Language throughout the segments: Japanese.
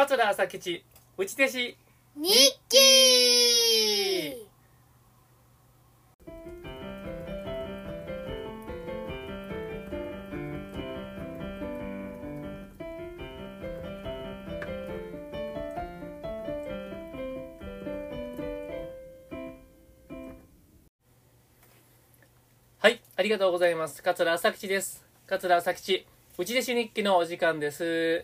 桂朝吉内弟子日記。 はい、ありがとうございます。桂朝吉です。桂朝吉内弟子日記のお時間です。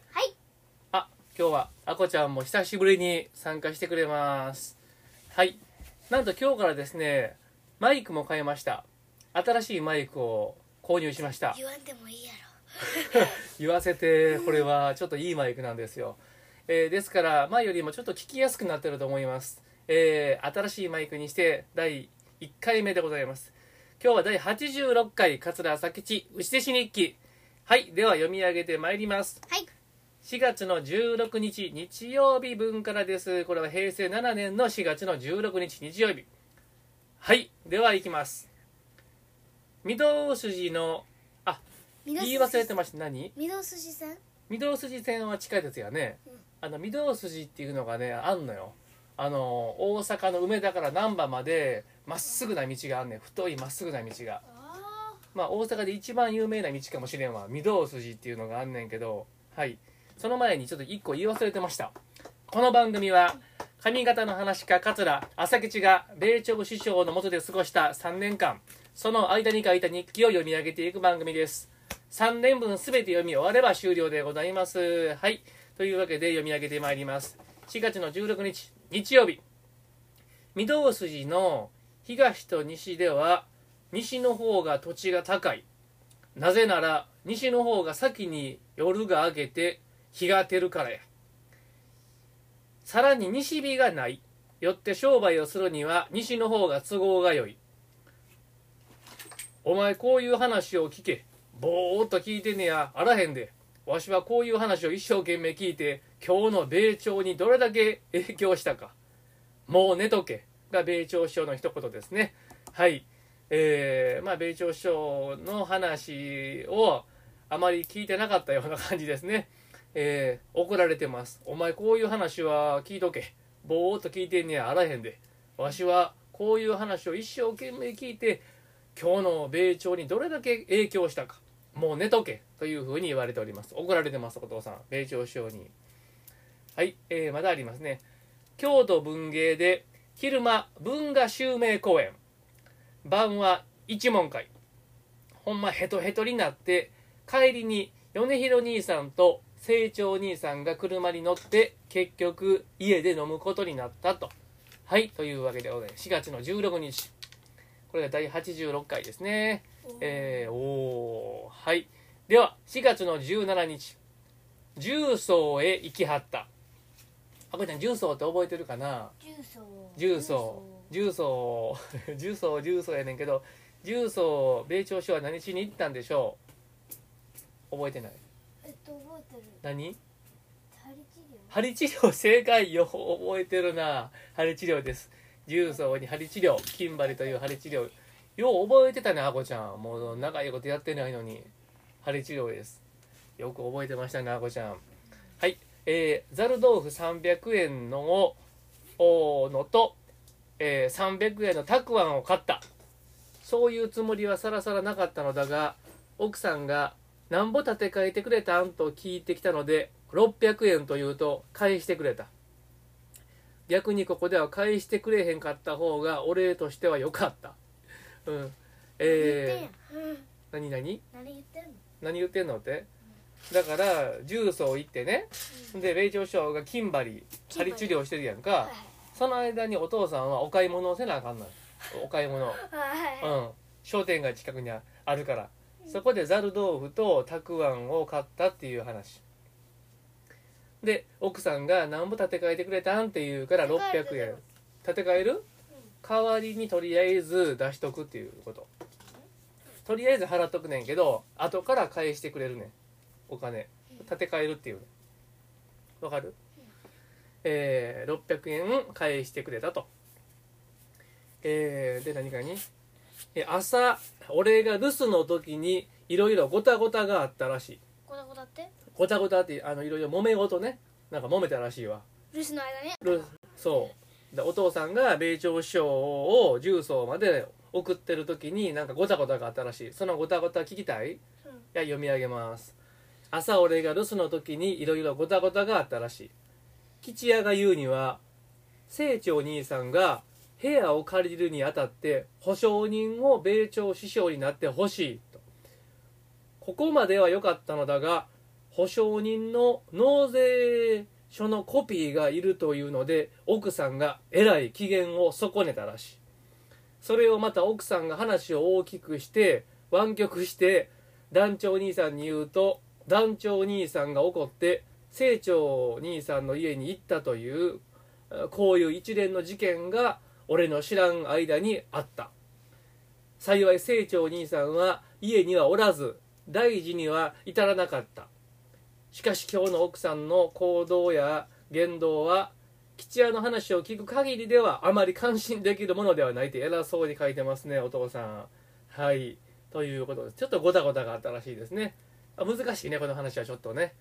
はい。 今日はあこちゃんも久しぶりに参加してくれます。はい、なんと今日からですね、マイクも変えました。新しいマイクを購入しました。 言わんでもいいや言わせて、これはちょっといいマイクなんですよ。ですから前よりもちょっと聞きやすくなってると思います。新しいマイクにして第1回目でございます。今日は第86回桂朝吉内弟子日記。はい、では読み上げてまいります。 はい。 4月の16日日曜日分からです。これは平成7年の4月の16日日曜日。はい、では行きます。御堂筋の言い忘れてました。何？ 御堂筋線？ 御堂筋線は地下鉄やね。御堂筋っていうのがねあんのよ。大阪の梅田から難波までまっすぐな道があんねん。太いまっすぐな道が。まあ大阪で一番有名な道かもしれんわ。御堂筋っていうのがあんねんけど、はい。その前にちょっと1個言い忘れてました。この番組は上方の話家桂朝吉が米朝師匠の下で過ごした3年間、その間に書いた日記を読み上げていく番組です。3年分すべて読み終われば終了でございます。はい。というわけで読み上げてまいります。4月の16日日曜日。御堂筋の東と西では西の方が土地が高い。なぜなら西の方が先に夜が明けて日が照るからや。さらに西日がない。よって商売をするには西の方が都合が良い。お前こういう話を聞け。ぼーっと聞いてんねやあらへんで。わしはこういう話を一生懸命聞いて今日の米朝にどれだけ影響したか。もう寝とけが米朝師匠の一言ですね。はい。米朝師匠の話をあまり聞いてなかったような感じですね。怒られてます。お前こういう話は聞いとけ。ぼーっと聞いてんねやあらへんで。わしはこういう話を一生懸命聞いて今日の米朝にどれだけ影響したか。もう寝とけというふうに言われております。怒られてます、お父さん。米朝師匠に。はい、まだありますね。京都文芸で昼間文雅襲名公演。晩は一門会。ほんまヘトヘトになって帰りに米広兄さんと清張兄さんが車に乗って結局家で飲むことになったと。はい、というわけでございます。4月の16日。これが第86回ですね。はい。では4月の17日。重曹へ行きはった。あこちゃん重曹って覚えてるかな？重曹やねんけど、重曹米朝師匠は何しに行ったんでしょう？覚えてない？ 覚えてる。 何？ 針治療？ 針治療、正解よ。覚えてるな。針治療です。重曹に針治療、金針という針治療。よう覚えてたね、あこちゃん。もう長いことやってないのに。針治療です。よく覚えてましたね、あこちゃん。はい。ザル豆腐300円のと、300円のたくあんを買った。そういうつもりはさらさらなかったのだが、奥さんがなんぼ立て替えてくれたんと聞いてきたので、600円と言うと返してくれた。逆にここでは返してくれへんかった方がお礼としては良かった。うん。何言ってんのって？だから重曹行ってね、で米朝師匠が金針治療してるやんか。その間にお父さんはお買い物をせなあかんのよ。お買い物。商店街近くにあるから、そこでざる豆腐とたくあんを買ったっていう話で、奥さんが何ぼ立て替えてくれたんって言うから600円立て替える、代わりにとりあえず出しとくっていうこと。とりあえず払っとくねんけど後から返してくれるねん、お金立て替えるっていう。わかる？600円返してくれたと。で何かに朝俺が留守の時にいろいろごたごたがあったらしい。 ゴタゴタって？ ごたごたっていろいろ揉め事ね。 なんか揉めたらしいわ。 留守の間ね。 そうでお父さんが米朝首相を重曹まで送ってる時になんかごたごたがあったらしい。そのごたごた聞きたい？いや読み上げます。朝俺が留守の時にいろいろごたごたがあったらしい。吉也が言うには清張兄さんが部屋を借りるにあたって保証人を米朝首相になってほしいと。ここまでは良かったのだが保証人の納税書のコピーがいるというので奥さんがえらい機嫌を損ねたらしい。それをまた奥さんが話を大きくして湾曲して団長兄さんに言うと団長兄さんが怒って清張兄さんの家に行ったというこういう一連の事件が俺の知らん間にあった。幸い清張兄さんは家にはおらず大事には至らなかった。しかし今日の奥さんの行動や言動は吉也の話を聞く限りではあまり感心できるものではないと偉そうに書いてますね、お父さん。はいということです。ちょっとゴタゴタがあったらしいですね。難しいねこの話はちょっとね。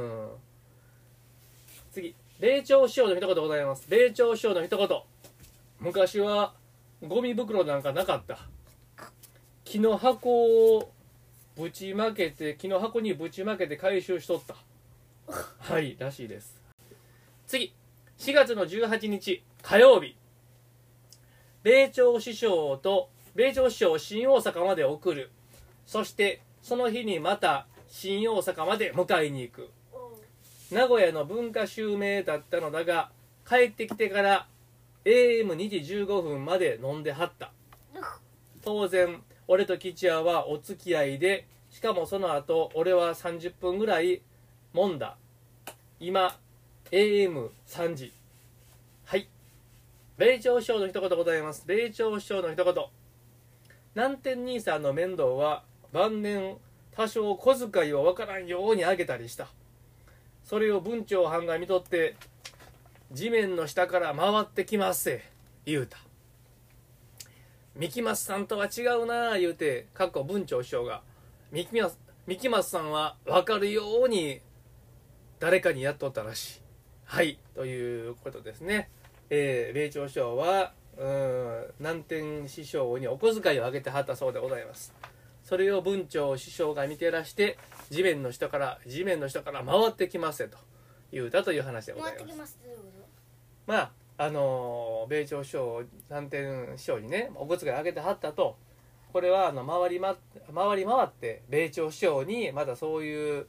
次、米朝首相の一言ございます。米朝首相の一言。昔はゴミ袋なんかなかった。木の箱をぶちまけて木の箱にぶちまけて回収しとったはいらしいです。次、4月の18日火曜日、米朝首相と米朝首相を新大阪まで送る。そしてその日にまた新大阪まで迎えに行く。名古屋の文化襲名だったのだが帰ってきてから AM2 時15分まで飲んではった。当然俺と吉也はお付き合いで、しかもその後俺は30分ぐらい飲んだ。今 AM3 時。はい、米朝首相の一言ございます。米朝首相の一言。南天兄さんの面倒は晩年多少小遣いをわからんようにあげたりした。それを文鳥藩が見とって地面の下から回ってきますせ言うた。三木松さんとは違うなあ言うて文鳥師匠が三木松さんは分かるように誰かにやっとったらしい。はいということですね。米朝師匠は南天師匠にお小遣いをあげてはったそうでございます。それを文鳥師匠が見てらして地面の下から回ってきますと言うたという話でございます。回ってきますってどういうこと？まあ米朝師匠南天師匠にねお小遣いあげてはったと。これは回り回って米朝師匠にまだそういう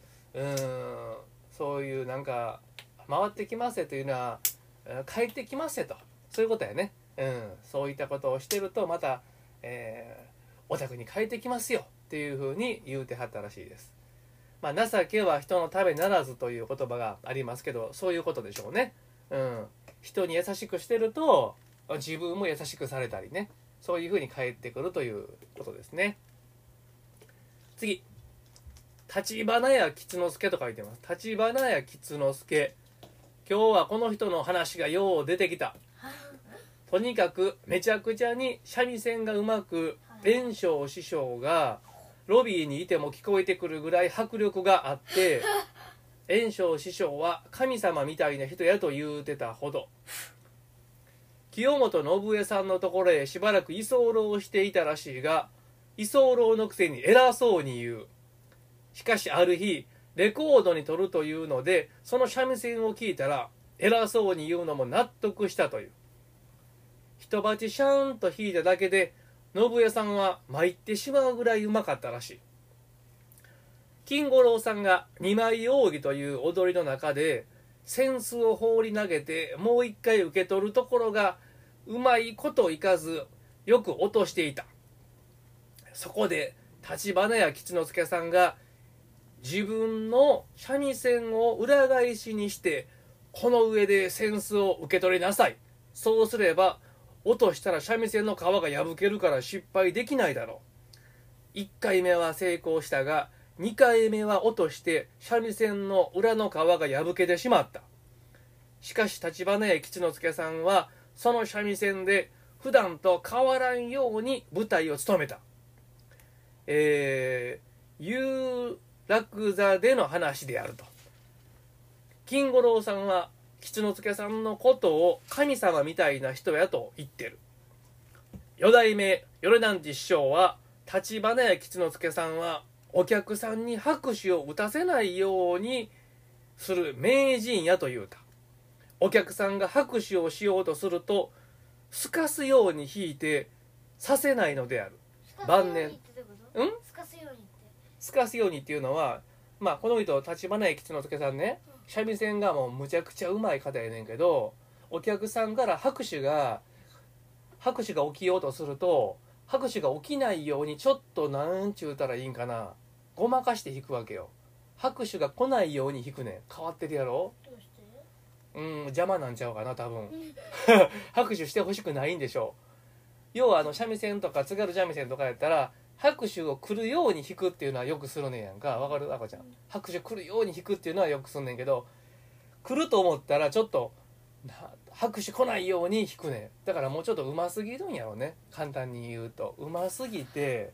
なんか回ってきますというのは帰ってきますと、そういうことやね。そういったことをしてるとまた、お宅に帰ってきますよっていうふうに言うてはったらしいです。まあ、情けは人のためならずという言葉がありますけど、そういうことでしょうね。人に優しくしてると自分も優しくされたりね、そういうふうに返ってくるということですね。次、立花屋吉之助と書いてます。立花屋吉之助。今日はこの人の話がよう出てきた。とにかくめちゃくちゃに三味線がうまく、圓生師匠がロビーにいても聞こえてくるぐらい迫力があって、圓生師匠は神様みたいな人やと言うてたほど。清本信江さんのところへしばらく居候していたらしいが、居候のくせに偉そうに言う。しかしある日レコードに撮るというのでその三味線を聞いたら偉そうに言うのも納得したという。一鉢シャーンと弾いただけで信江さんは参ってしまうぐらいうまかったらしい。金五郎さんが二枚扇という踊りの中で扇子を放り投げてもう一回受け取るところがうまいこといかずよく落としていた。そこで立花屋吉之助さんが自分の三味線を裏返しにしてこの上で扇子を受け取りなさい。そうすれば落としたら三味線の皮が破けるから失敗できないだろう。1回目は成功したが2回目は落として三味線の裏の皮が破けてしまった。しかし立花屋吉之助さんはその三味線で普段と変わらんように舞台を務めた。有楽座での話であると。 金五郎さんは吉之助さんのことを神様みたいな人やと言ってる。四代目米團次師匠は立花屋吉之助さんはお客さんに拍手を打たせないようにする名人やと言うた。お客さんが拍手をしようとするとすかすように弾いてさせないのである。晩年すかすようにってすかすようにっていうのは、まあこの人立花屋吉之助さんね、三味線がもうむちゃくちゃうまい方やねんけど、お客さんから拍手が起きようとすると拍手が起きないようにちょっとなんちゅうたらいいんかな、ごまかして弾くわけよ。拍手が来ないように弾くねん。変わってるやろ。 どうして？ 邪魔なんちゃうかな多分拍手してほしくないんでしょう。要は三味線とか津軽三味線とかやったら拍手を来るように弾くっていうのはよくするねんやんか。わかるあこちゃん。拍手来るように弾くっていうのはよくすんねんけど、来ると思ったらちょっと拍手来ないように弾くねん。だからもうちょっとうますぎるんやろね、簡単に言うと。うますぎて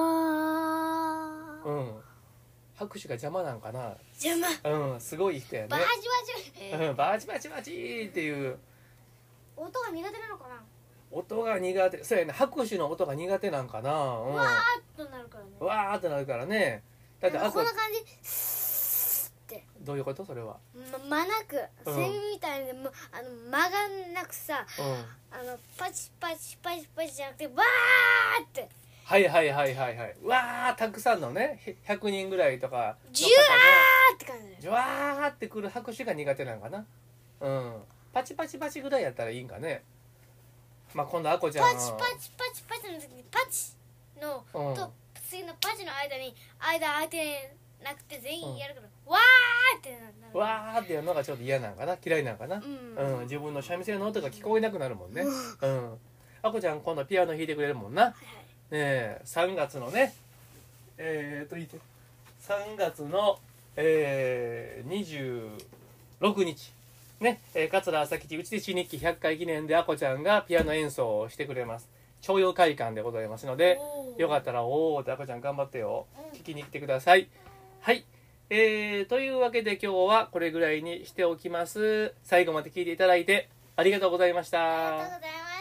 拍手が邪魔なんかな。 邪魔。 すごい人やね。 バチバチ。 バチバチバチっていう音が苦手なのかな。 音が苦手。そうやね、拍手の音が苦手なんかな。 わーっとなるからね。 わーっとなるからね。だってこんな感じスーって。 どういうこと？それは間なくセミみたいにも間がなくさ、パチパチパチパチじゃなくてわーって。 はい。わー、たくさんのね、100人ぐらいとかジュワーって感じでジュワーってくる拍手が苦手なんかな。パチパチパチぐらいやったらいいんかね。まあ今度あこちゃんはパチパチパチパチの時にパチの、と次のパチの間に空いてなくて全員やるから、わーってなる。 わーってやるのがちょっと嫌なんかな、嫌いなんかな。自分の三味線の音が聞こえなくなるもんね。あこちゃん今度ピアノ弾いてくれるもんな。3月のね3月の、26日ね、桂朝吉内弟子日記100回記念であこちゃんがピアノ演奏をしてくれます。徴用会館でございますので、よかったらおーってあこちゃん頑張ってよ、聞きに来てください。はい、というわけで今日はこれぐらいにしておきます。最後まで聞いていただいてありがとうございました。 ありがとうございました。